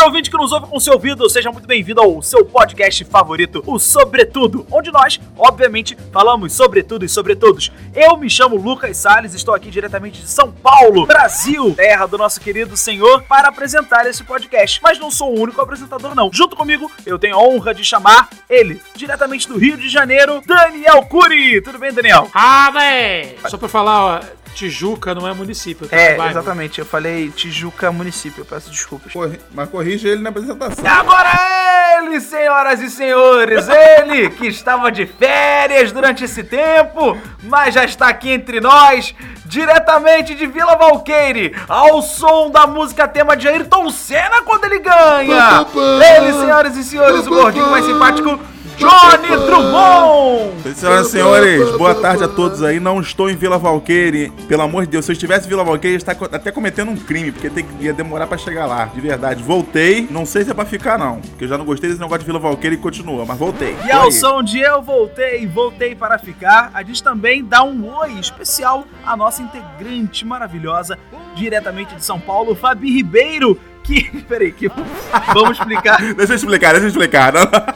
ouvinte que nos ouve com seu ouvido, seja muito bem-vindo ao seu podcast favorito, o Sobretudo, onde nós, obviamente, falamos sobre tudo e sobre todos. Eu me chamo Lucas Salles, estou aqui diretamente de São Paulo, Brasil, terra do nosso querido senhor, para apresentar esse podcast. Mas não sou o único apresentador, não. Junto comigo, eu tenho a honra de chamar ele, diretamente do Rio de Janeiro, Daniel Cury. Tudo bem, Daniel? Ah, véi! Só pra falar, ó, Tijuca não é município. Exatamente, eu falei Tijuca município, eu peço desculpas. Mas corrige ele na apresentação. Agora ele, senhoras e senhores, ele que estava de férias durante esse tempo, mas já está aqui entre nós, diretamente de Vila Valqueire, ao som da música tema de Ayrton Senna quando ele ganha. Ele, senhoras e senhores, o gordinho mais simpático, Johnny Drummond! Senhoras e senhores, boa tarde a todos aí. Não estou em Vila Valqueire, pelo amor de Deus. Se eu estivesse em Vila Valqueire, eu estaria até cometendo um crime, porque ia demorar pra chegar lá, de verdade. Voltei, não sei se é pra ficar não, porque eu já não gostei desse negócio de Vila Valqueire e continua, mas voltei. E ao som de eu voltei para ficar, a gente também dá um oi especial à nossa integrante maravilhosa, diretamente de São Paulo, Fabi Ribeiro, Peraí, vamos explicar. Deixa eu explicar.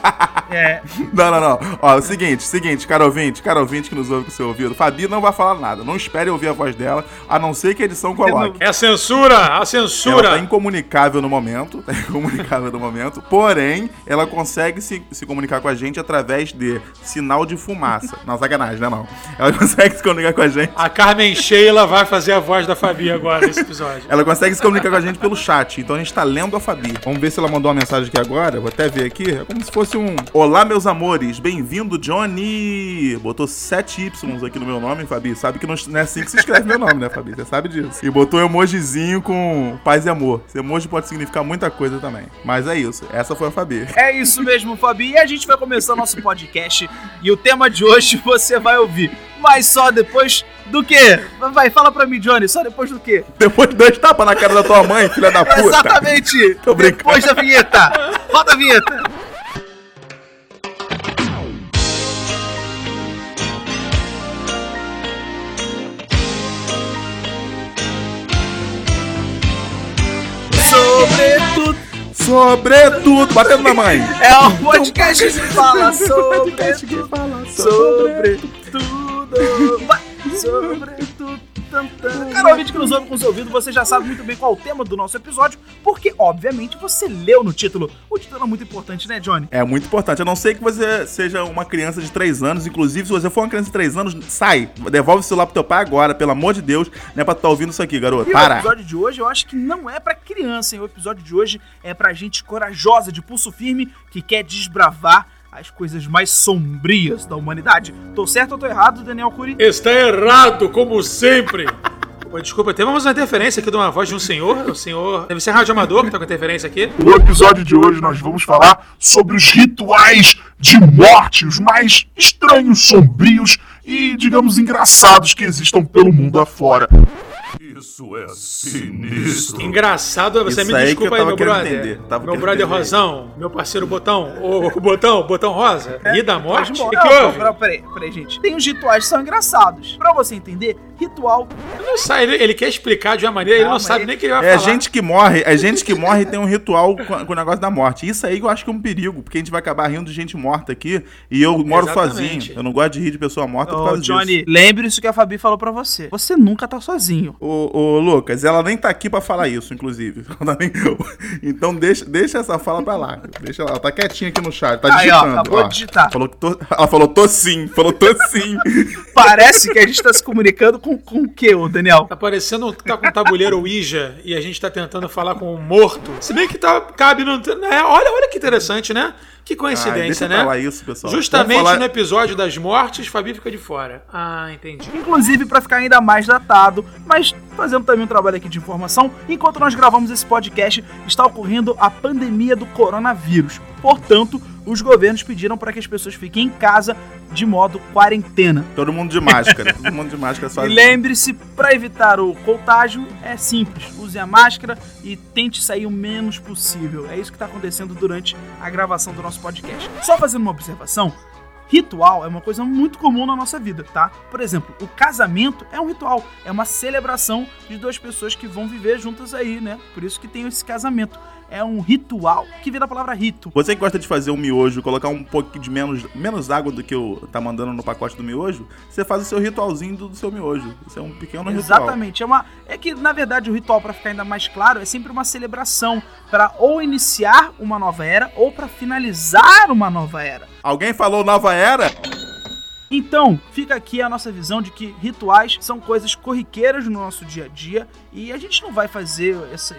Não. Ó, o seguinte, cara ouvinte que nos ouve com o seu ouvido, Fabi não vai falar nada. Não espere ouvir a voz dela, a não ser que a edição coloque. É a censura. Ela tá incomunicável no momento, porém, ela consegue se comunicar com a gente através de sinal de fumaça. Não, sacanagem, né, não? Ela consegue se comunicar com a gente. A Carmen Sheila vai fazer a voz da Fabi agora nesse episódio. Ela consegue se comunicar com a gente pelo chat, então a gente tá lendo a Fabi. Vamos ver se ela mandou uma mensagem aqui agora. Vou até ver aqui. É como se fosse um: olá, meus amores. Bem-vindo, Johnny. Botou 7 Ys aqui no meu nome, Fabi. Sabe que não é assim que se escreve meu nome, né, Fabi? Você sabe disso. E botou um emojizinho com paz e amor. Esse emoji pode significar muita coisa também. Mas é isso. Essa foi a Fabi. É isso mesmo, Fabi. E a gente vai começar nosso podcast. E o tema de hoje você vai ouvir. Mas só depois do quê? Vai, fala pra mim, Johnny, só depois do quê? Depois de 2 tapas na cara da tua mãe, filha da puta. Exatamente! Tô brincando. Depois da vinheta. Roda a vinheta. Sobretudo, batendo na mãe. É um podcast que fala sobre tudo. Cara, ouvinte que nos ouve com seu ouvido, você já sabe muito bem qual é o tema do nosso episódio, porque, obviamente, você leu no título. O título é muito importante, né, Johnny? É muito importante. A não ser que você seja uma criança de 3 anos. Inclusive, se você for uma criança de 3 anos, sai. Devolve o celular pro teu pai agora, pelo amor de Deus. Não é pra tu estar ouvindo isso aqui, garoto. Para. O episódio de hoje, eu acho que não é pra criança, hein? O episódio de hoje é pra gente corajosa, de pulso firme, que quer desbravar as coisas mais sombrias da humanidade. Tô certo ou tô errado, Daniel Cury? Está errado, como sempre. Pô, desculpa, temos uma interferência aqui de uma voz de um senhor. O senhor deve ser radioamador que tá com interferência aqui. No episódio de hoje nós vamos falar sobre os rituais de morte, os mais estranhos, sombrios e, digamos, engraçados que existam pelo mundo afora. Isso é sinistro. Engraçado, você Isso me aí desculpa que eu aí, meu tava brother. querendo entender. Meu brother Rosão, meu parceiro Botão, o Botão Rosa. E da morte? O que Não, houve? peraí, gente. Tem uns rituais que são engraçados. Pra você entender, ritual... Ele não sabe, ele quer explicar de uma maneira, ele não sabe nem o que ele vai É falar. gente que morre e tem um ritual com o negócio da morte. Isso aí eu acho que é um perigo, porque a gente vai acabar rindo de gente morta aqui e eu moro Exatamente. sozinho. Eu não gosto de rir de pessoa morta por causa Johnny, disso. lembre isso que a Fabi falou pra você. Você nunca tá sozinho. Ô, Lucas, ela nem tá aqui pra falar isso, inclusive. Então deixa essa fala pra lá. Deixa ela tá quietinha aqui no chat, tá Aí, ó, digitando. acabou de digitar. Ela falou tô sim. Parece que a gente tá se comunicando com o quê, ô Daniel? Tá parecendo que tá com um tabuleiro Ouija e a gente tá tentando falar com um morto. Se bem que cabe no... Olha que interessante, né? Que coincidência, deixa né? falar isso, pessoal. Justamente no episódio das mortes, Fabi fica de fora. Ah, entendi. Inclusive pra ficar ainda mais datado, mas fazendo também um trabalho aqui de informação, enquanto nós gravamos esse podcast, está ocorrendo a pandemia do coronavírus. Portanto, os governos pediram para que as pessoas fiquem em casa de modo quarentena. Todo mundo de máscara. Só. E lembre-se, para evitar o contágio, é simples. Use a máscara e tente sair o menos possível. É isso que está acontecendo durante a gravação do nosso podcast. Só fazendo uma observação, ritual é uma coisa muito comum na nossa vida, tá? Por exemplo, o casamento é um ritual, é uma celebração de duas pessoas que vão viver juntas aí, né? Por isso que tem esse casamento. é um ritual, que vem da palavra rito. Você que gosta de fazer um miojo, colocar um pouquinho de menos água do que tá mandando no pacote do miojo, você faz o seu ritualzinho do seu miojo. Isso é um pequeno ritual. Exatamente. É que, na verdade, o ritual, pra ficar ainda mais claro, é sempre uma celebração para ou iniciar uma nova era ou para finalizar uma nova era. Alguém falou nova era? Então, fica aqui a nossa visão de que rituais são coisas corriqueiras no nosso dia a dia e a gente não vai fazer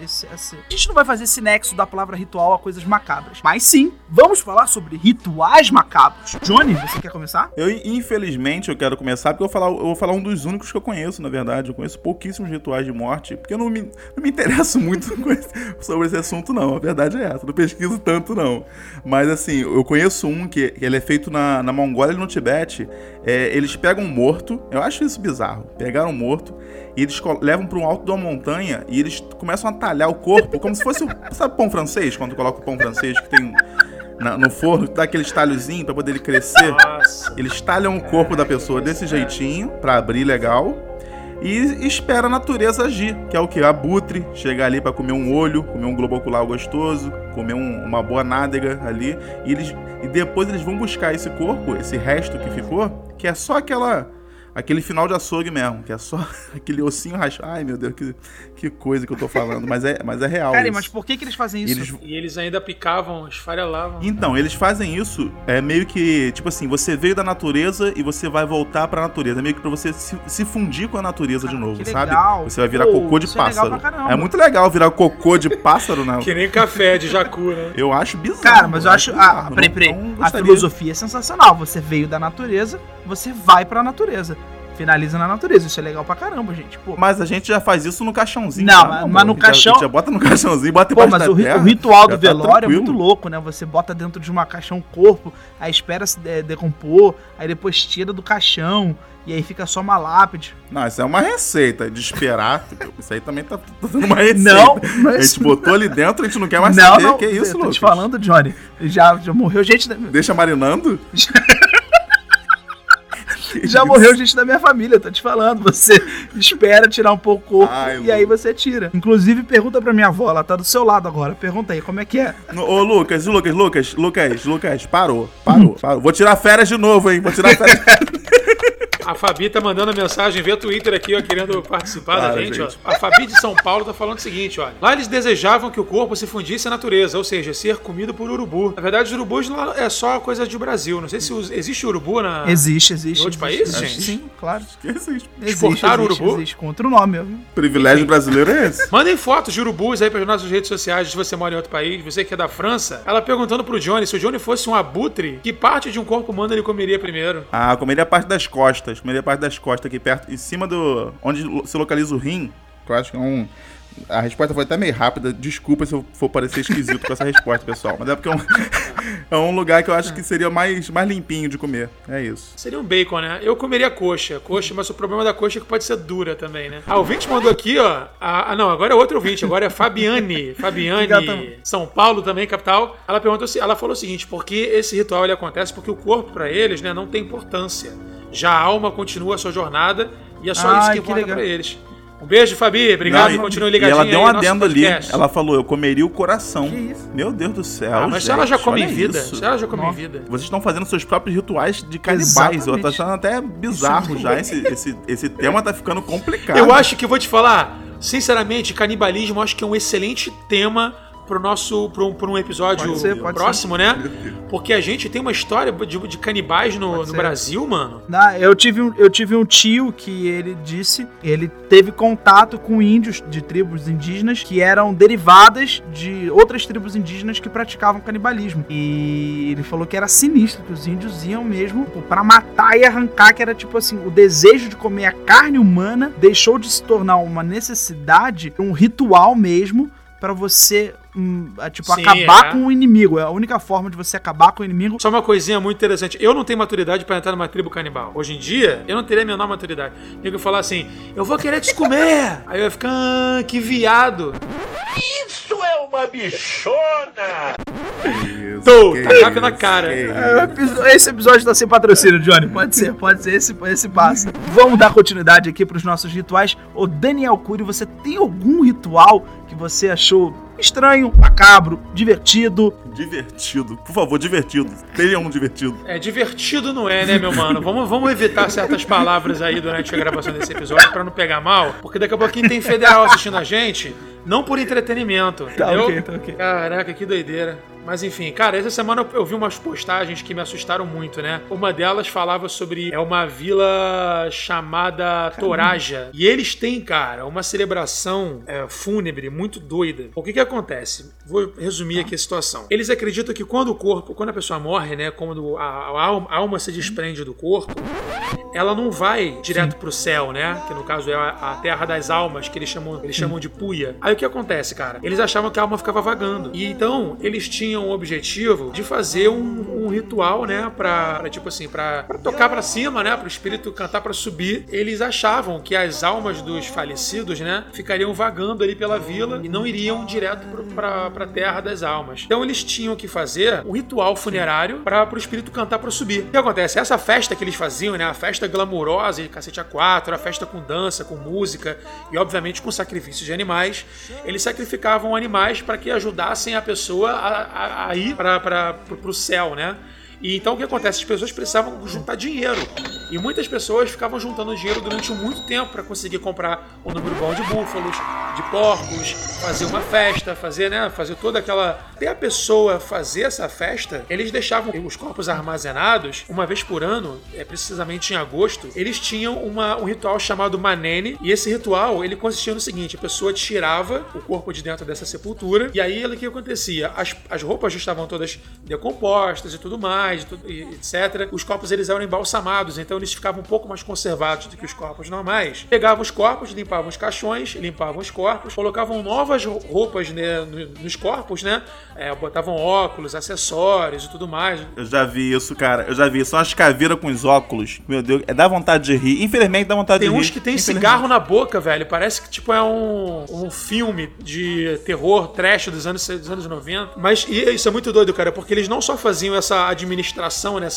esse nexo da palavra ritual a coisas macabras. Mas sim, vamos falar sobre rituais macabros. Johnny, você quer começar? Infelizmente, eu quero começar porque eu vou falar um dos únicos que eu conheço, na verdade. Eu conheço pouquíssimos rituais de morte, porque eu não me interesso muito sobre esse assunto, não. A verdade é essa, não pesquiso tanto, não. Mas, assim, eu conheço um que ele é feito na Mongólia e no Tibete. Eles pegam um morto, eu acho isso bizarro, pegaram um morto e eles levam para um alto de uma montanha e eles começam a talhar o corpo como se fosse, sabe pão francês? Quando coloca o pão francês que tem no forno, dá aquele estalhozinho para poder ele crescer. Nossa. Eles talham o corpo da pessoa desse jeitinho, para abrir legal, e espera a natureza agir, que é o que? Abutre, chegar ali para comer um olho, comer um globo ocular gostoso, comer uma boa nádega ali, e depois eles vão buscar esse corpo, esse resto que ficou, que é só aquele final de açougue mesmo, que é só aquele ossinho rachado. Ai, meu Deus, que coisa que eu tô falando, mas é real. Cara, isso. Mas por que eles fazem isso? E eles ainda picavam, esfarelavam. Então, eles fazem isso, meio que, tipo assim, você veio da natureza e você vai voltar pra natureza. É meio que pra você se fundir com a natureza de novo, que sabe? legal. Você vai virar cocô de isso é pássaro. legal pra caramba. É muito legal virar cocô de pássaro, né? Que nem café de jacu, né? Eu acho bizarro. Cara, mas eu acho... bizarro. Peraí. Não A gostaria. filosofia é sensacional. Você veio da natureza, você vai pra natureza. Finaliza na natureza. Isso é legal pra caramba, gente. Pô. Mas a gente já faz isso no caixãozinho. Não, né, mas no caixão... A gente já bota no caixãozinho, bota Pô, embaixo mas da terra. o ritual do já tá velório é tranquilo. muito louco, né? Você bota dentro de uma caixão o corpo, aí espera se decompor, aí depois tira do caixão, e aí fica só uma lápide. Não, isso é uma receita de esperar. Isso aí também tá dando uma receita. Não, A gente botou ali dentro, a gente não quer mais não, saber. não, Que isso, tô Lucas? te falando, Johnny. Já morreu gente... Deixa marinando? Já morreu gente da minha família, tô te falando. Você espera tirar um pouco o corpo e aí você tira. Inclusive, pergunta pra minha avó, ela tá do seu lado agora. Pergunta aí, como é que é? Ô, Lucas, parou. Vou tirar férias de novo, hein? A Fabi tá mandando a mensagem via Twitter aqui, ó, querendo participar da gente, gente. ó. A Fabi de São Paulo tá falando o seguinte, ó. Lá eles desejavam que o corpo se fundisse à natureza, ou seja, ser comido por urubu. Na verdade, os urubus lá é só coisa do Brasil. Não sei se existe urubu na... Existe. Em outros países, gente? Sim, claro. Exportar urubu? Existe, com outro nome. Privilégio brasileiro é esse. Mandem fotos de urubus aí para nossas redes sociais se você mora em outro país, você que é da França. Ela perguntando pro Johnny, se o Johnny fosse um abutre, que parte de um corpo humano ele comeria primeiro? Ah, comeria a parte das costas. Aqui perto, em cima do... onde se localiza o rim. Que eu acho que é um... A resposta foi até meio rápida. Desculpa se eu for parecer esquisito com essa resposta, pessoal. Mas é porque é um lugar que eu acho que seria mais limpinho de comer. É isso. Seria um bacon, né? Eu comeria coxa, mas o problema da coxa é que pode ser dura também, né? A ouvinte mandou aqui, ó. Não, agora é outro ouvinte. Agora é Fabiane, São Paulo também, capital. Ela falou o seguinte, porque esse ritual ele acontece porque o corpo pra eles, né, não tem importância. Já a alma continua a sua jornada e é só isso que importa pra eles. Um beijo, Fabi. Obrigado, continue ligadinho. E ela deu um aí, adendo ali. podcast. Ela falou, eu comeria o coração. Que isso? Meu Deus do céu, mas gente, se ela já come em olha vida, isso. se ela já come em vida. Vocês estão fazendo seus próprios rituais de canibais. Exatamente. Eu tô achando até bizarro já. Esse tema tá ficando complicado. Eu acho que, vou te falar, sinceramente, canibalismo eu acho que é um excelente tema pro um episódio pode próximo, ser. né? Porque a gente tem uma história de canibais no Brasil, mano. Eu tive um tio que ele teve contato com índios de tribos indígenas que eram derivadas de outras tribos indígenas que praticavam canibalismo. E ele falou que era sinistro, que os índios iam mesmo pra matar e arrancar, que era tipo assim, o desejo de comer a carne humana deixou de se tornar uma necessidade, um ritual mesmo, pra você, acabar com o inimigo. É a única forma de você acabar com o inimigo. Só uma coisinha muito interessante. Eu não tenho maturidade pra entrar numa tribo canibal. Hoje em dia, eu não teria a menor maturidade. Eu ia falar assim, eu vou querer te comer. Aí eu ia ficar, que viado. Isso é uma bichona! Tacape na cara. Esse episódio tá sem patrocínio, Johnny. Pode ser esse passo. Vamos dar continuidade aqui pros nossos rituais. Ô Daniel Cury, você tem algum ritual que você achou estranho, macabro, divertido. Divertido. Por favor, divertido. Tenha um divertido. Divertido não é, né, meu mano? Vamos evitar certas palavras aí durante a gravação desse episódio pra não pegar mal, porque daqui a pouquinho tem federal assistindo a gente, não por entretenimento, entendeu? Tá ok. Caraca, que doideira. Mas enfim, cara, essa semana eu vi umas postagens que me assustaram muito, né? Uma delas falava sobre uma vila chamada Toraja. E eles têm, cara, uma celebração fúnebre muito doida. O que acontece? Vou resumir aqui a situação. Eles acreditam que quando a pessoa morre, né? Quando a alma se desprende do corpo, ela não vai direto pro céu, né? Que no caso é a terra das almas, que eles chamam de Puya. Aí o que acontece, cara? Eles achavam que a alma ficava vagando. E então, eles tinham o objetivo de fazer um ritual, né, tipo assim, pra tocar pra cima, né, pro espírito cantar pra subir. Eles achavam que as almas dos falecidos, né, ficariam vagando ali pela vila e não iriam direto pra terra das almas. Então eles tinham que fazer um ritual funerário pro espírito cantar pra subir. O que acontece? Essa festa que eles faziam, né, a festa glamurosa de cacete A4, a festa com dança, com música e obviamente com sacrifício de animais, eles sacrificavam animais para que ajudassem a pessoa a ir pro céu, né? E então o que acontece? As pessoas precisavam juntar dinheiro. E muitas pessoas ficavam juntando dinheiro durante muito tempo para conseguir comprar um número bom de búfalos, de porcos, fazer uma festa, fazer toda aquela... Até a pessoa fazer essa festa, eles deixavam os corpos armazenados uma vez por ano, precisamente em agosto. Eles tinham um ritual chamado Manene, e esse ritual, ele consistia no seguinte: a pessoa tirava o corpo de dentro dessa sepultura, e aí o que acontecia? As roupas já estavam todas decompostas e tudo mais, etc. Os corpos eles eram embalsamados, então eles ficavam um pouco mais conservados do que os corpos normais. Pegavam os corpos, limpavam os caixões, limpavam os corpos, colocavam novas roupas, né, nos corpos, né? Botavam óculos, acessórios e tudo mais. Eu já vi isso, cara. São as caveiras com os óculos. Meu Deus, dá vontade de rir. Infelizmente dá vontade de rir. Tem uns que tem cigarro na boca, velho. Parece que tipo é um filme de terror, trash dos anos 90. Mas isso é muito doido, cara, porque eles não só faziam essa administração, né,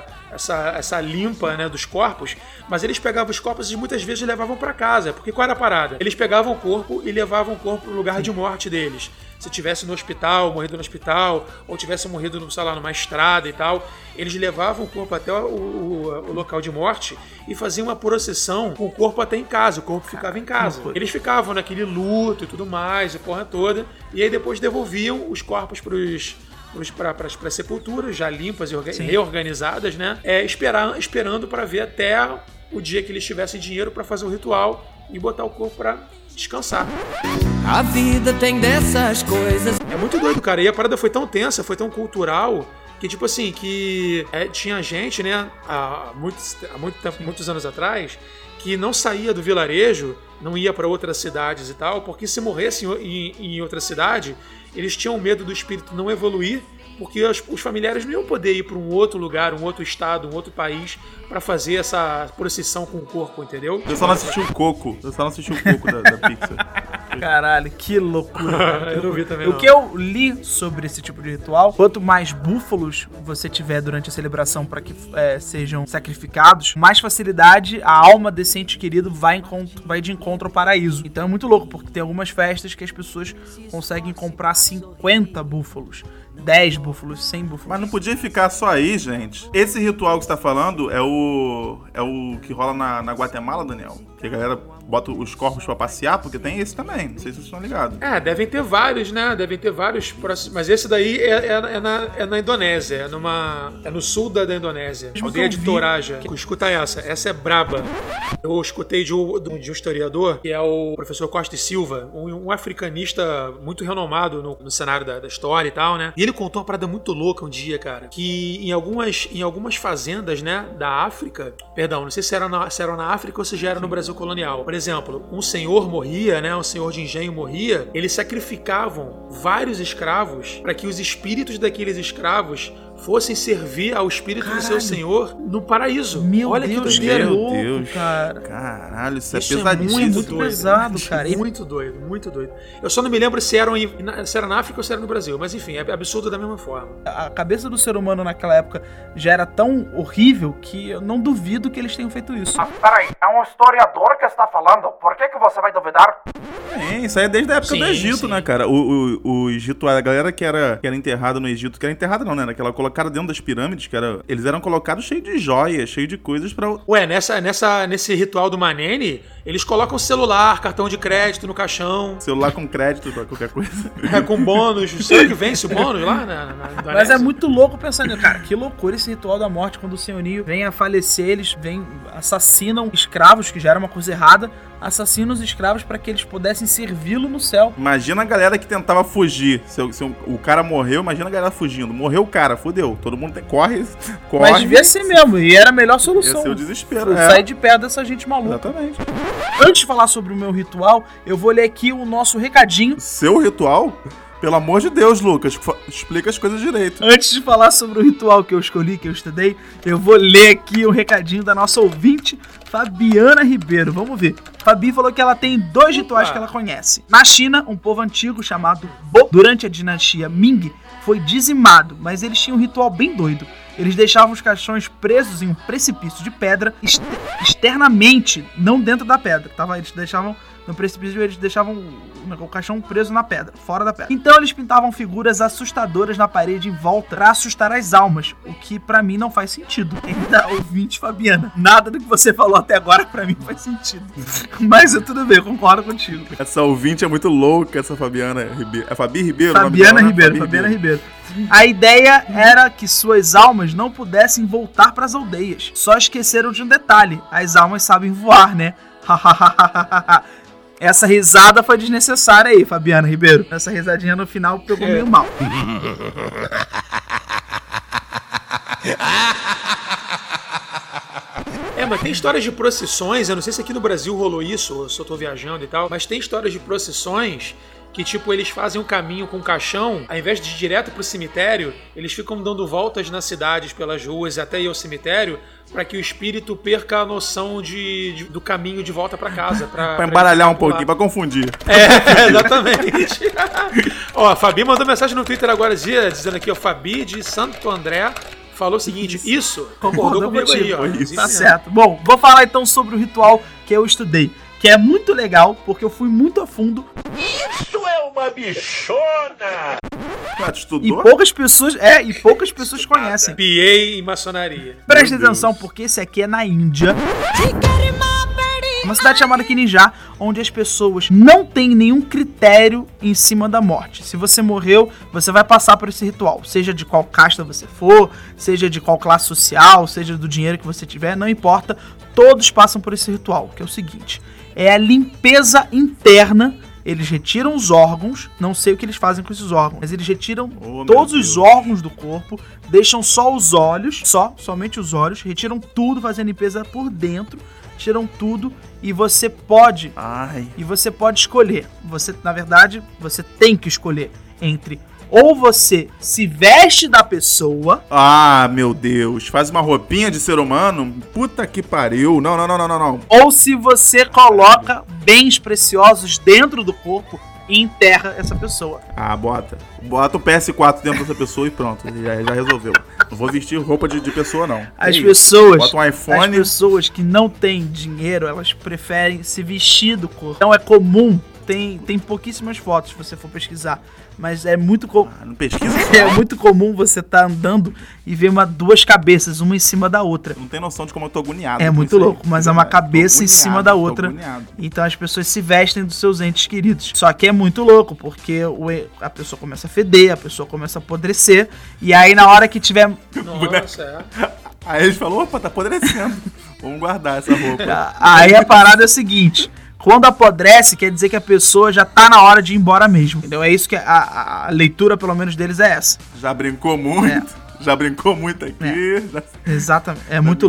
essa limpa, né, dos corpos, mas eles pegavam os corpos e muitas vezes levavam pra casa. Porque qual era a parada? Eles pegavam o corpo e levavam o corpo pro lugar de morte deles. Se tivesse no hospital, morrido no hospital, ou tivesse morrido, sei lá, numa estrada e tal, eles levavam o corpo até o local de morte e faziam uma procissão com o corpo até em casa. O corpo ficava em casa. Eles ficavam naquele luto e tudo mais, a porra toda, e aí depois devolviam os corpos para as sepulturas, já limpas e reorganizadas, né? Esperando para ver até o dia que eles tivessem dinheiro para fazer o ritual e botar o corpo para descansar. A vida tem dessas coisas. É muito doido, cara. E a parada foi tão tensa, foi tão cultural, que tipo assim, tinha gente, né, há muitos anos atrás, que não saía do vilarejo, não ia para outras cidades e tal, porque se morresse em outra cidade, eles tinham medo do espírito não evoluir, porque os familiares não iam poder ir para um outro lugar, um outro estado, um outro país para fazer essa procissão com o corpo, entendeu? Eu só não assisti o Coco. da Pixar. Caralho, que loucura, cara. Eu não vi também, O não. que eu li sobre esse tipo de ritual, quanto mais búfalos você tiver durante a celebração para que sejam sacrificados, mais facilidade a alma desse ente querido vai de encontro ao paraíso. Então é muito louco, porque tem algumas festas que as pessoas conseguem comprar 50 búfalos, 10 búfalos, 100 búfalos. Mas não podia ficar só aí, gente. Esse ritual que você tá falando é o que rola na Guatemala, Daniel? Que a galera bota os corpos pra passear, porque tem esse também. Não sei se vocês estão ligados. Devem ter vários, né? Devem ter vários. Mas esse daí é na Indonésia. É no sul da Indonésia. Aldeia de Toraja. Escuta essa. Essa é braba. Eu escutei de um historiador, que é o professor Costa e Silva, um africanista muito renomado no cenário da história e tal, né? E ele contou uma parada muito louca um dia, cara, que em algumas fazendas, né, da África, perdão, não sei se era na África ou se já era no Brasil colonial. Por exemplo, um senhor morria, né, um senhor de engenho morria, eles sacrificavam vários escravos para que os espíritos daqueles escravos fossem servir ao espírito do seu senhor no paraíso. Meu Olha Deus, que doideira. que louco, Deus. cara. Caralho, isso é Isso é pesadíssimo. muito Muito doido. pesado, cara. Muito doido, muito doido. Eu só não me lembro se era na África ou se era no Brasil, mas enfim, é absurdo da mesma forma. A cabeça do ser humano naquela época já era tão horrível que eu não duvido que eles tenham feito isso. Peraí, é um historiador que está falando. Por que você vai duvidar? Isso aí é desde a época Sim, do Egito, sim. né, cara? O Egito, a galera que era enterrada no Egito, que era enterrada não, né? Que ela colocaram dentro das pirâmides, eles eram colocados cheios de joias, cheios de coisas pra... Ué, nesse ritual do Manene, eles colocam celular, cartão de crédito no caixão, Celular com crédito pra qualquer coisa. com bônus. Será que vence o bônus lá na Mas é Indonésia? muito louco pensar nisso. Cara, que loucura esse ritual da morte. Quando o senhorio vem a falecer, eles assassinam escravos, que já era uma coisa errada, assassinam os escravos para que eles pudessem servi-lo no céu. Imagina a galera que tentava fugir. Se o cara morreu, imagina a galera fugindo. Morreu o cara, fudeu. Todo mundo corre. Mas devia ser mesmo, e era a melhor solução. Ia ser o desespero. Sair de perto dessa gente maluca. Exatamente. Antes de falar sobre o meu ritual, eu vou ler aqui o nosso recadinho. Seu ritual? Pelo amor de Deus, Lucas, explica as coisas direito. Antes de falar sobre o ritual que eu escolhi, que eu estudei, eu vou ler aqui o recadinho da nossa ouvinte, Fabiana Ribeiro. Vamos ver. Fabi falou que ela tem 2 rituais que ela conhece. Na China, um povo antigo chamado Bo, durante a dinastia Ming, foi dizimado, mas eles tinham um ritual bem doido. Eles deixavam os caixões presos em um precipício de pedra externamente, não dentro da pedra. Eles deixavam no precipício, eles deixavam o caixão preso na pedra, fora da pedra. Então eles pintavam figuras assustadoras na parede em volta pra assustar as almas, o que pra mim não faz sentido. Ainda ouvinte, Fabiana, nada do que você falou até agora pra mim faz sentido. Mas tudo bem, eu concordo contigo. Essa ouvinte é muito louca, essa Fabiana Ribeiro. É Fabi Ribeiro? Fabiana Ribeiro. A ideia era que suas almas não pudessem voltar pras aldeias. Só esqueceram de um detalhe: as almas sabem voar, né? Essa risada foi desnecessária aí, Fabiana Ribeiro. Essa risadinha no final pegou meio mal. Mas tem histórias de procissões, eu não sei se aqui no Brasil rolou isso, ou se eu tô viajando e tal, mas tem histórias de procissões que, tipo, eles fazem um caminho com um caixão, ao invés de ir direto pro cemitério, eles ficam dando voltas nas cidades, pelas ruas, até ir ao cemitério, para que o espírito perca a noção do caminho de volta para casa. Pra embaralhar um pouquinho, pra confundir. Exatamente. Ó, a Fabi mandou mensagem no Twitter agora, dizendo aqui, ó, Fabi de Santo André falou o seguinte, isso, concordou comigo aí, ó. Tá certo. Bom, vou falar então sobre o ritual que eu estudei, que é muito legal, porque eu fui muito a fundo. Isso é uma bichona! E poucas pessoas conhecem. PA em maçonaria. Preste atenção, porque esse aqui é na Índia. Uma cidade chamada Kinijá, onde as pessoas não têm nenhum critério em cima da morte. Se você morreu, você vai passar por esse ritual. Seja de qual casta você for, seja de qual classe social, seja do dinheiro que você tiver, não importa. Todos passam por esse ritual, que é o seguinte. É a limpeza interna. Eles retiram os órgãos, não sei o que eles fazem com esses órgãos, mas eles retiram todos os órgãos do corpo, deixam só os olhos, somente os olhos, retiram tudo, fazem a limpeza por dentro, tiram tudo e você pode escolher. Você, na verdade, você tem que escolher entre ou você se veste da pessoa. Ah, meu Deus. Faz uma roupinha de ser humano? Puta que pariu. Não. Ou se você coloca bens preciosos dentro do corpo e enterra essa pessoa. Ah, bota o PS4 dentro dessa pessoa e pronto. Já resolveu. Não vou vestir roupa de pessoa, não. As pessoas, bota um iPhone. As pessoas que não têm dinheiro, elas preferem se vestir do corpo. Então é comum. Tem pouquíssimas fotos se você for pesquisar, mas é muito não pesquisa. É muito comum você estar andando e ver duas cabeças, uma em cima da outra. Não tem noção de como eu tô agoniado. É muito louco, mas é uma cabeça em cima da outra. Agoniado. Então as pessoas se vestem dos seus entes queridos. Só que é muito louco, porque a pessoa começa a feder, a pessoa começa a apodrecer, e aí na hora que tiver... Nossa, Aí eles falam, opa, tá apodrecendo. Vamos guardar essa roupa. Aí a parada é o seguinte... Quando apodrece, quer dizer que a pessoa já tá na hora de ir embora mesmo. Entendeu? É isso que a leitura, pelo menos, deles é essa. Já brincou muito. Já brincou muito aqui. Exatamente. É muito louco.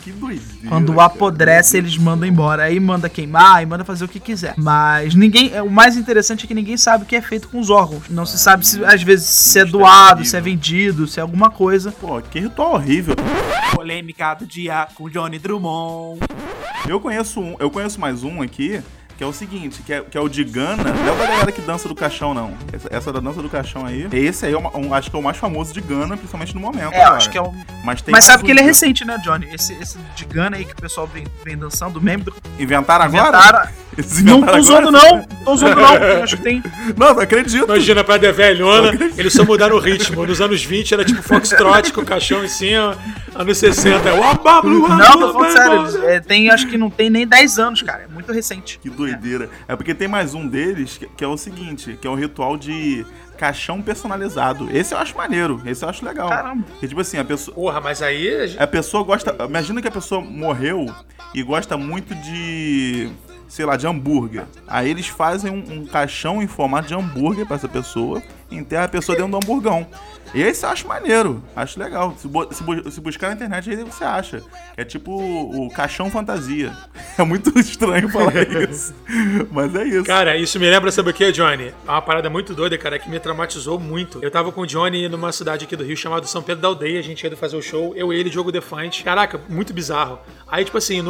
Que doideira. Quando apodrece, eles mandam embora. Aí manda queimar e manda fazer o que quiser. Mas o mais interessante é que ninguém sabe o que é feito com os órgãos. Não se sabe se, às vezes, se é doado, se é vendido, se é alguma coisa. Pô, que ritual horrível. Polêmica do dia com Johnny Drummond. Eu conheço mais um aqui, que é o seguinte, que é o de Gana. Não é o da galera que dança do caixão, não. Essa da dança do caixão aí. Esse aí acho que é o mais famoso de Gana, principalmente no momento. É, acho que é o... Mas sabe que ele é recente, né, Johnny? Esse de Gana aí que o pessoal vem dançando, o meme do... Inventaram agora? Não tô usando não. Acho que tem... Não acredito. Imagina, pra de velhona, eles só mudaram o ritmo. Nos anos 20 era tipo Foxtrot com o caixão em cima. Anos 60 é Não, tô falando sério. Acho que não tem nem 10 anos, cara. É muito recente. Que doideira. É porque tem mais um deles que é o seguinte, que é o ritual de caixão personalizado. Esse eu acho maneiro. Esse eu acho legal. Caramba. Porque, tipo assim, a pessoa... Porra, mas aí... A pessoa gosta... Imagina que a pessoa morreu e gosta muito de... sei lá, de hambúrguer. Aí eles fazem um caixão em formato de hambúrguer pra essa pessoa e enterra a pessoa dentro do hamburgão. Esse eu acho maneiro, acho legal. Se buscar na internet aí você acha. É tipo o caixão fantasia. É muito estranho falar isso, mas é isso. Cara, isso me lembra, sabe o que, Johnny? É uma parada muito doida, cara, que me traumatizou muito. Eu tava com o Johnny numa cidade aqui do Rio chamada São Pedro da Aldeia, a gente ia fazer o show, eu, ele, Diogo Defante. Caraca, muito bizarro. Aí, tipo assim,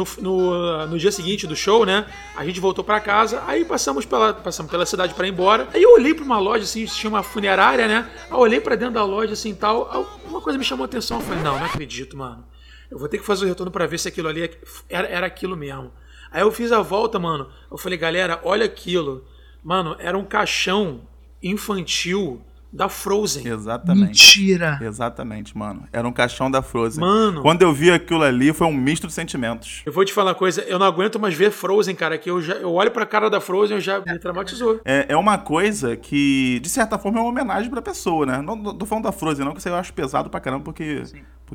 no dia seguinte do show, né, a gente voltou pra casa, aí passamos pela cidade pra ir embora. Aí eu olhei pra uma loja, assim, tinha uma funerária, né, aí eu olhei pra dentro da loja, assim, tal, uma coisa me chamou a atenção, eu falei, não acredito, mano. Eu vou ter que fazer o retorno pra ver se aquilo ali era aquilo mesmo. Aí eu fiz a volta, mano, eu falei, galera, olha aquilo. Mano, era um caixão infantil da Frozen. Exatamente. Mentira. Exatamente, mano. Era um caixão da Frozen. Mano. Quando eu vi aquilo ali, foi um misto de sentimentos. Eu vou te falar uma coisa, eu não aguento mais ver Frozen, cara, que eu olho pra cara da Frozen e já me traumatizou. É uma coisa que, de certa forma, é uma homenagem pra pessoa, né? Não tô falando da Frozen, não, que isso aí eu acho pesado pra caramba, porque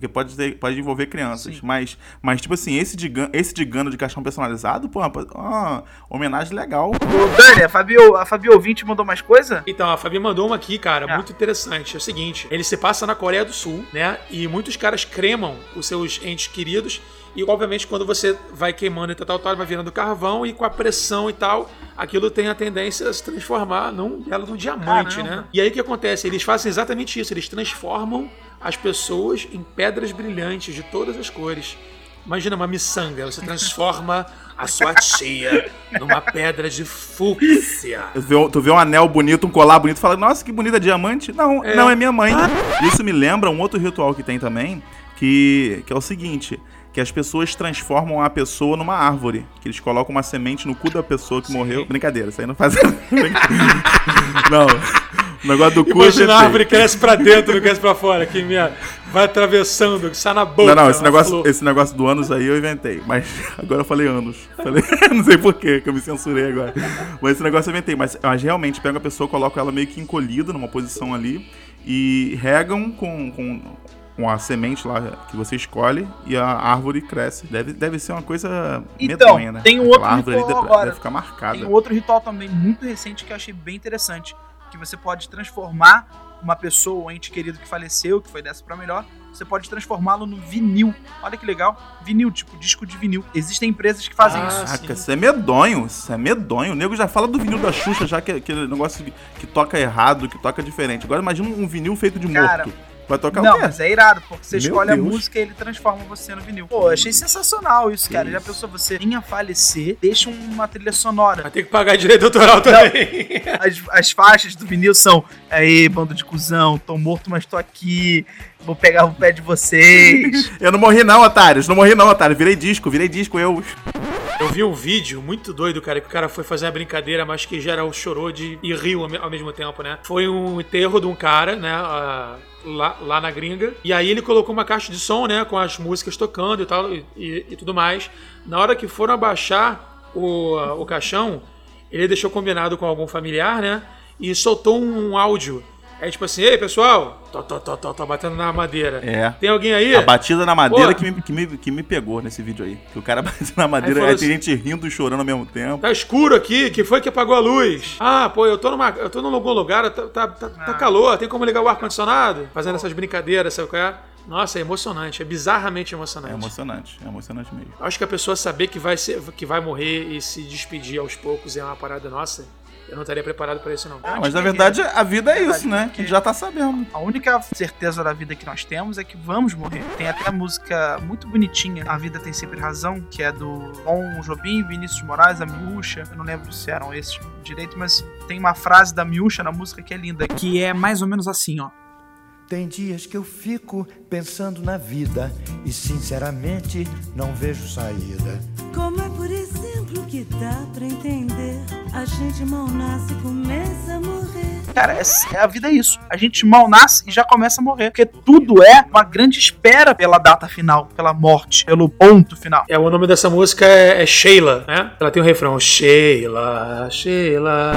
pode envolver crianças. Mas, tipo assim, esse de Gana de caixão personalizado, pô, uma homenagem legal. Ô, Dani, a Fabi ouvinte mandou mais coisa? Então, a Fabi mandou uma aqui, cara, muito interessante. É o seguinte, ele se passa na Coreia do Sul, né? E muitos caras cremam os seus entes queridos. E, obviamente, quando você vai queimando e tal, vai virando carvão. E com a pressão e tal, aquilo tem a tendência a se transformar num diamante, né? E aí, o que acontece? Eles fazem exatamente isso. Eles transformam as pessoas em pedras brilhantes de todas as cores. Imagina uma miçanga. Você transforma a sua tia numa pedra de fúcsia. Tu vê um anel bonito, um colar bonito, e fala, nossa, que bonita, diamante. Não é minha mãe. Isso me lembra um outro ritual que tem também, que é o seguinte, que as pessoas transformam a pessoa numa árvore, que eles colocam uma semente no cu da pessoa que morreu. Brincadeira, isso aí não faz... Não, o negócio do cu... Imagina a árvore cresce pra dentro, não cresce pra fora, que vai atravessando, que sai na boca. Não, esse negócio do ânus aí eu inventei, mas agora eu falei anos. Não sei porquê, que eu me censurei agora. Mas esse negócio eu inventei, mas realmente pega a pessoa, coloca ela meio que encolhida numa posição ali e regam com a semente lá que você escolhe e a árvore cresce. Deve ser uma coisa medonha, né? Tem um outro árvore ritual ali agora. Deve ficar marcada. Tem um outro ritual também muito recente que eu achei bem interessante, que você pode transformar uma pessoa, um ente querido que faleceu, que foi dessa pra melhor, você pode transformá-lo no vinil. Olha que legal. Vinil, tipo disco de vinil. Existem empresas que fazem isso. Caraca, isso é medonho. O nego já fala do vinil da Xuxa, já que é aquele negócio que toca errado, que toca diferente. Agora imagina um vinil feito de morto. Vai tocar o quê? Não, mas é irado, porque você escolhe Deus. a música e ele transforma você no vinil. Pô, achei sensacional isso, cara. Já pensou, você vinha falecer, deixa uma trilha sonora. Vai ter que pagar direito autoral também. As faixas do vinil são: aí, bando de cuzão, tô morto, mas tô aqui, vou pegar o pé de vocês. Eu não morri não, otários. Virei disco, eu. Eu vi um vídeo muito doido, cara, que o cara foi fazer uma brincadeira, mas que geral chorou e riu ao mesmo tempo, né? Foi um enterro de um cara, né, lá na gringa, e aí ele colocou uma caixa de som, né, com as músicas tocando e tal, e tudo mais. Na hora que foram abaixar o caixão, ele deixou combinado com algum familiar, né, e soltou um áudio. É tipo assim, ei, pessoal, tá batendo na madeira. É. Tem alguém aí? A batida na madeira que me pegou nesse vídeo aí. Que o cara bateu na madeira, aí tem gente rindo e chorando ao mesmo tempo. Tá escuro aqui, que foi que apagou a luz? Ah, pô, eu tô num algum lugar, tá calor, tem como ligar o ar-condicionado? Fazendo essas brincadeiras, sabe qual é? Nossa, é emocionante, é bizarramente emocionante. É emocionante mesmo. Acho que a pessoa saber que vai morrer e se despedir aos poucos é uma parada nossa. Eu não estaria preparado pra isso, não. Mas na verdade a vida é isso, né? A gente já tá sabendo. A única certeza da vida que nós temos é que vamos morrer. Tem até a música muito bonitinha, A Vida Tem Sempre Razão, que é do Tom Jobim, Vinícius de Moraes, a Miúcha. Eu não lembro se eram esses direito, mas tem uma frase da Miúcha na música que é linda, que é mais ou menos assim, ó. Tem dias que eu fico pensando na vida e sinceramente não vejo saída. Como é, por exemplo, que dá pra entender? A gente mal nasce e começa a morrer. Cara, a vida é isso. A gente mal nasce e já começa a morrer. Porque tudo é uma grande espera pela data final, pela morte, pelo ponto final. O nome dessa música é Sheila, né? Ela tem um refrão, Sheila, Sheila.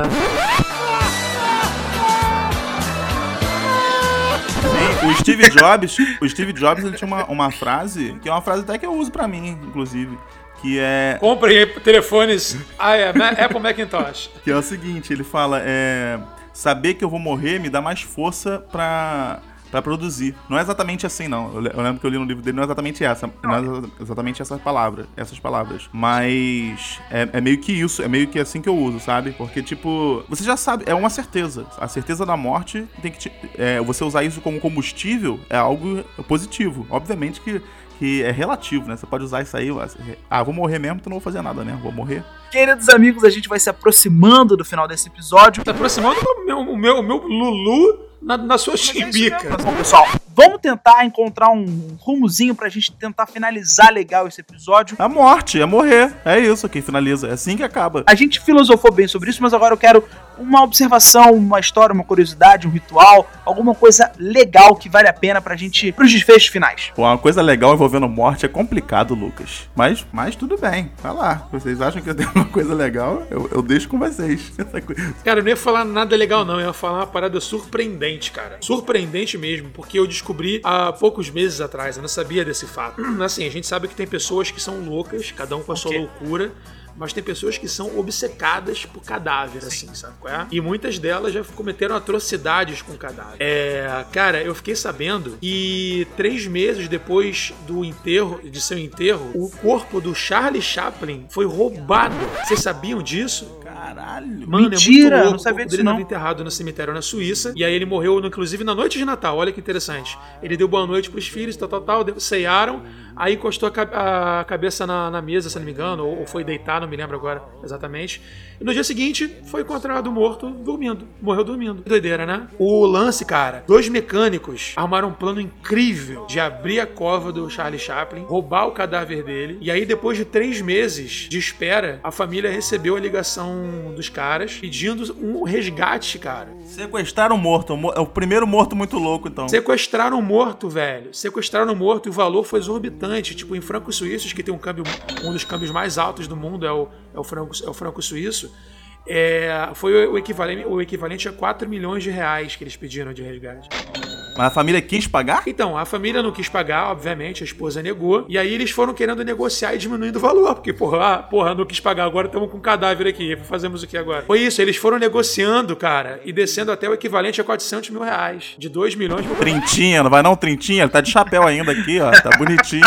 O Steve Jobs ele tinha uma frase, que é uma frase até que eu uso pra mim, inclusive, que é... Comprem telefones Apple Macintosh. Que é o seguinte, ele fala, saber que eu vou morrer me dá mais força pra produzir. Não é exatamente assim, não. Eu lembro que eu li no livro dele, não é exatamente essas palavras. Mas é meio que isso, é meio que assim que eu uso, sabe? Porque, tipo, você já sabe, é uma certeza. A certeza da morte tem que você usar isso como combustível é algo positivo. Obviamente que é relativo, né? Você pode usar isso aí, vou morrer mesmo, então não vou fazer nada, né? Vou morrer. Queridos amigos, a gente vai se aproximando do final desse episódio. Se aproximando do meu Lulu na sua chimbica. Bom, pessoal, vamos tentar encontrar um rumozinho pra gente tentar finalizar legal esse episódio. A morte, é morrer. É isso que finaliza, é assim que acaba. A gente filosofou bem sobre isso, mas agora eu quero uma observação, uma história, uma curiosidade, um ritual, alguma coisa legal que vale a pena pros desfechos finais. Pô, uma coisa legal envolvendo morte é complicado, Lucas. Mas tudo bem, vai lá. Vocês acham que eu tenho uma coisa legal? Eu deixo com vocês. Cara, eu não ia falar nada legal, não. Eu ia falar uma parada surpreendente, cara. Surpreendente mesmo, porque eu descobri há poucos meses atrás. Eu não sabia desse fato. Assim, a gente sabe que tem pessoas que são loucas, cada um com a sua loucura. Mas tem pessoas que são obcecadas por cadáver, assim, sabe qual é? E muitas delas já cometeram atrocidades com cadáver. Cara, eu fiquei sabendo que 3 meses depois de seu enterro, o corpo do Charlie Chaplin foi roubado. Vocês sabiam disso? Caralho. Mano, mentira, é muito louco. não sabia disso, ele não. estava enterrado no cemitério na Suíça. E aí ele morreu, inclusive, na noite de Natal. Olha que interessante. Ele deu boa noite pros filhos, ceiaram. Aí encostou a cabeça na mesa, se não me engano, ou foi deitar, não me lembro agora exatamente. E no dia seguinte, foi encontrado morto, dormindo. Morreu dormindo. Doideira, né? O lance, cara, 2 mecânicos armaram um plano incrível de abrir a cova do Charlie Chaplin, roubar o cadáver dele. E aí, depois de 3 meses de espera, a família recebeu a ligação dos caras pedindo um resgate, cara. Sequestraram o morto. É o primeiro morto muito louco, então. Sequestraram o morto, velho. Sequestraram o morto e o valor foi exorbitante. Tipo, em francos suíços, que tem um dos câmbios mais altos do mundo, é o franco suíço. Foi o equivalente a 4 milhões de reais que eles pediram de resgate. Mas a família quis pagar? Então, a família não quis pagar, obviamente, a esposa negou. E aí eles foram querendo negociar e diminuindo o valor. Porque, porra, não quis pagar, agora estamos com um cadáver aqui. Fazemos o que agora? Foi isso, eles foram negociando, cara, e descendo até o equivalente a 400 mil reais. De 2 milhões por... Trintinha, não vai não? Trintinha, ele tá de chapéu ainda aqui, ó. Tá bonitinho.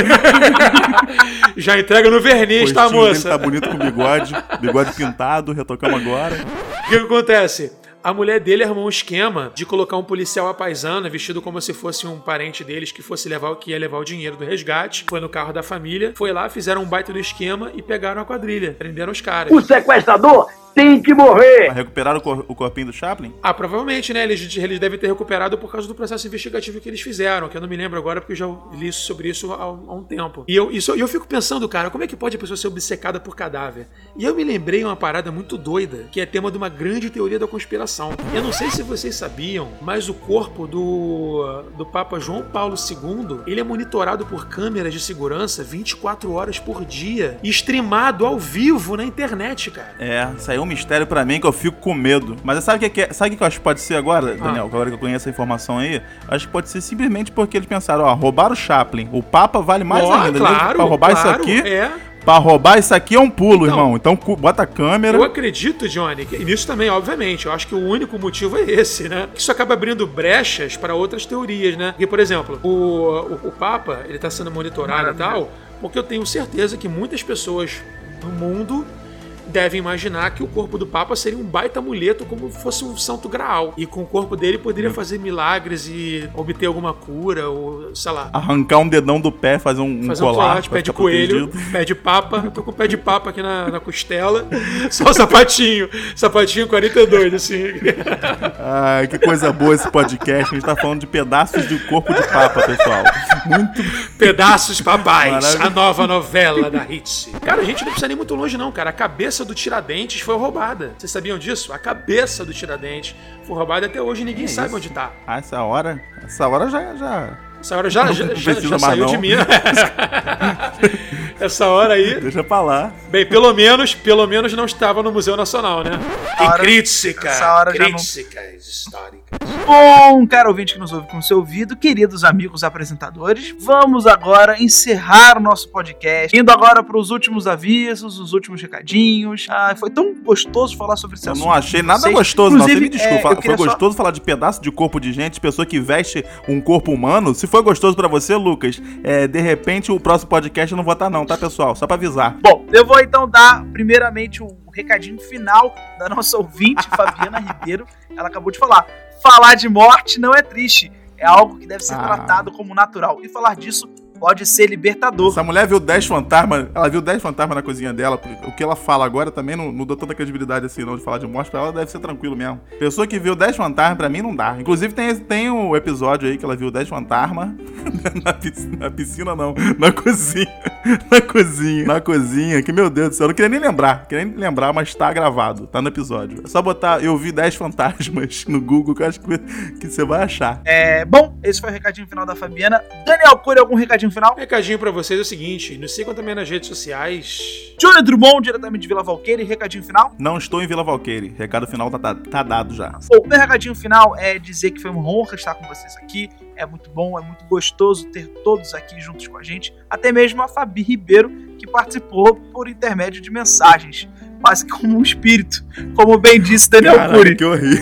Já entrega no verniz, tá, moça? Ele tá bonito com bigode pintado, retocamos agora. O que acontece? A mulher dele armou um esquema de colocar um policial à paisana, vestido como se fosse um parente deles que ia levar o dinheiro do resgate. Foi no carro da família, foi lá, fizeram um baita do esquema e pegaram a quadrilha. Prenderam os caras. O sequestrador tem que morrer! Recuperaram o corpinho do Chaplin? Provavelmente, né? Eles devem ter recuperado por causa do processo investigativo que eles fizeram, que eu não me lembro agora porque eu já li sobre isso há um tempo. E eu fico pensando, cara, como é que pode a pessoa ser obcecada por cadáver? E eu me lembrei uma parada muito doida, que é tema de uma grande teoria da conspiração. Eu não sei se vocês sabiam, mas o corpo do Papa João Paulo II, ele é monitorado por câmeras de segurança 24 horas por dia e streamado ao vivo na internet, cara. Saiu um mistério pra mim que eu fico com medo. Mas sabe o que eu acho que pode ser agora, Daniel? Agora que eu conheço a informação aí, acho que pode ser simplesmente porque eles pensaram, roubaram o Chaplin. O Papa vale mais ainda. Claro, pra roubar isso aqui. Pra roubar isso aqui é um pulo, irmão. Então bota a câmera. Eu acredito, Johnny, que nisso também, obviamente. Eu acho que o único motivo é esse, né? Isso acaba abrindo brechas para outras teorias, né? Porque, por exemplo, o Papa, ele tá sendo monitorado e tal, porque eu tenho certeza que muitas pessoas do mundo devem imaginar que o corpo do Papa seria um baita amuleto, como fosse um santo graal. E com o corpo dele poderia fazer milagres e obter alguma cura, ou sei lá. Arrancar um dedão do pé, fazer um colar de pé de coelho, pé de papa. Eu tô com o pé de papa aqui na costela. Só o sapatinho. Sapatinho 42, assim. Ai, que coisa boa esse podcast. A gente tá falando de pedaços de corpo de papa, pessoal. Muito... Pedaços papais. A nova novela da Hits. Cara, a gente não precisa nem muito longe, não, cara. A cabeça do Tiradentes foi roubada. Vocês sabiam disso? A cabeça do Tiradentes foi roubada e até hoje ninguém sabe onde tá. Ah, essa hora já... Essa hora já saiu de mim. Essa hora aí... Deixa pra lá. Bem, pelo menos não estava no Museu Nacional, né? Críticas históricas. Bom, caro ouvinte que nos ouve com seu ouvido, queridos amigos apresentadores, vamos agora encerrar o nosso podcast, indo agora para os últimos avisos, os últimos recadinhos. Foi tão gostoso falar sobre esse assunto. Eu não achei nada gostoso, não. Você me desculpa. Foi gostoso falar de pedaço de corpo de gente, pessoa que veste um corpo humano. Se foi gostoso pra você, Lucas, de repente o próximo podcast eu não vou estar não, tá, pessoal? Só pra avisar. Bom, eu vou então dar primeiramente o recadinho final da nossa ouvinte, Fabiana Ribeiro. Ela acabou de falar. Falar de morte não é triste, é algo que deve ser tratado como natural. E falar disso pode ser libertador. Essa mulher viu 10 fantasmas, ela viu 10 fantasmas na cozinha dela. O que ela fala agora também não deu tanta credibilidade assim, não, de falar de morte. Pra ela deve ser tranquilo mesmo. Pessoa que viu 10 fantasmas, pra mim não dá. Inclusive tem um episódio aí que ela viu 10 fantasmas na piscina não, na cozinha, que meu Deus do céu, eu não queria nem lembrar, mas tá gravado, tá no episódio. É só botar eu vi 10 fantasmas no Google que eu acho que você vai achar. Bom, esse foi o recadinho final da Fabiana. Daniel Cury, algum recadinho final? Recadinho pra vocês é o seguinte, nos sigam também nas redes sociais. Johnny Drummond, diretamente de Vila Valqueire, recadinho final? Não estou em Vila Valqueire, recado final tá dado já. Bom, meu recadinho final é dizer que foi uma honra estar com vocês aqui, é muito bom, é muito gostoso ter todos aqui juntos com a gente, até mesmo a Fabi Ribeiro, que participou por intermédio de mensagens, quase como um espírito, como bem disse Daniel Cury. Que horrível.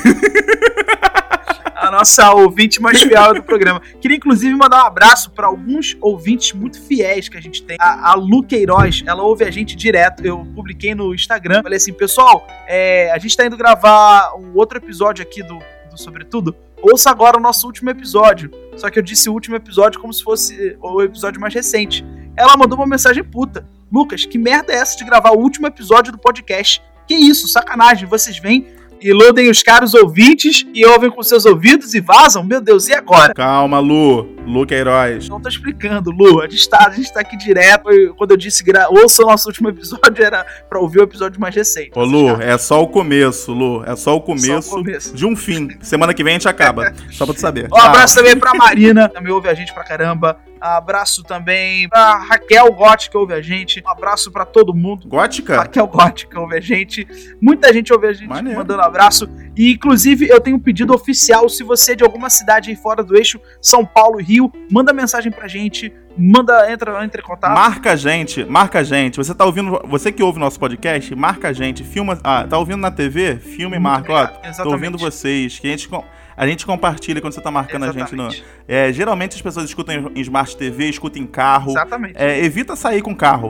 A nossa ouvinte mais fiel do programa. Queria inclusive mandar um abraço para alguns ouvintes muito fiéis que a gente tem. A Lu Queiroz, ela ouve a gente direto. Eu publiquei no Instagram, falei assim, pessoal, a gente tá indo gravar um outro episódio aqui do Sobretudo. Ouça agora o nosso último episódio. Só que eu disse o último episódio como se fosse o episódio mais recente. Ela mandou uma mensagem puta. Lucas, que merda é essa de gravar o último episódio do podcast? Que isso, sacanagem. Vocês vêm, iludem os caros ouvintes e ouvem com seus ouvidos e vazam? Meu Deus, e agora? Calma, Lu Queiroz. Não tô explicando, Lu. A gente tá aqui direto. Quando eu disse ouça o nosso último episódio, era pra ouvir o episódio mais recente. Ô, Lu, é só o começo, Lu. É só o começo de um fim. Semana que vem a gente acaba. Só pra tu saber. Um abraço também pra Marina, também ouve a gente pra caramba. Abraço também pra Raquel Gótica, que ouve a gente. Um abraço pra todo mundo. Gótica? Raquel Gótica ouve a gente. Muita gente ouve a gente. Maneiro. Mandando abraço. E, inclusive, eu tenho um pedido oficial. Se você é de alguma cidade aí fora do eixo, São Paulo, Rio, manda mensagem pra gente. Entra em contato. Marca a gente. Você tá ouvindo, você que ouve nosso podcast, marca a gente. Filma, tá ouvindo na TV? Filma e marca. Ó, tô ouvindo vocês. Que a gente compartilha quando você tá marcando. Exatamente. A gente. Geralmente as pessoas escutam em Smart TV, escutam em carro. Exatamente. Evita sair com carro.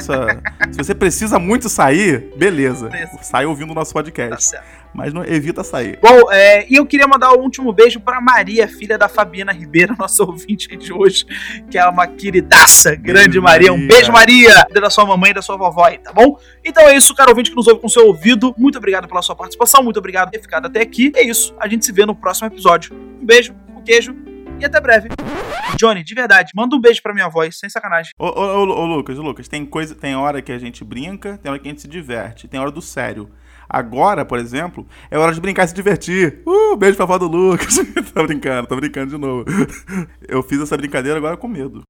Se você precisa muito sair, beleza. Sai ouvindo o nosso podcast. Tá certo. Mas não evita sair. Bom, e eu queria mandar o último beijo pra Maria, filha da Fabiana Ribeiro, nossa ouvinte de hoje, que é uma queridaça, grande Maria. Um beijo, Maria, da sua mamãe e da sua vovó aí, tá bom? Então é isso, caro ouvinte que nos ouve com seu ouvido. Muito obrigado pela sua participação, muito obrigado por ter ficado até aqui. É isso, a gente se vê no próximo episódio. Um beijo, um queijo e até breve. Johnny, de verdade, manda um beijo pra minha voz, sem sacanagem. Ô Lucas, tem hora que a gente brinca, tem hora que a gente se diverte, tem hora do sério. Agora, por exemplo, é hora de brincar e se divertir. Beijo pra avó do Lucas. Tô brincando de novo. Eu fiz essa brincadeira agora com medo.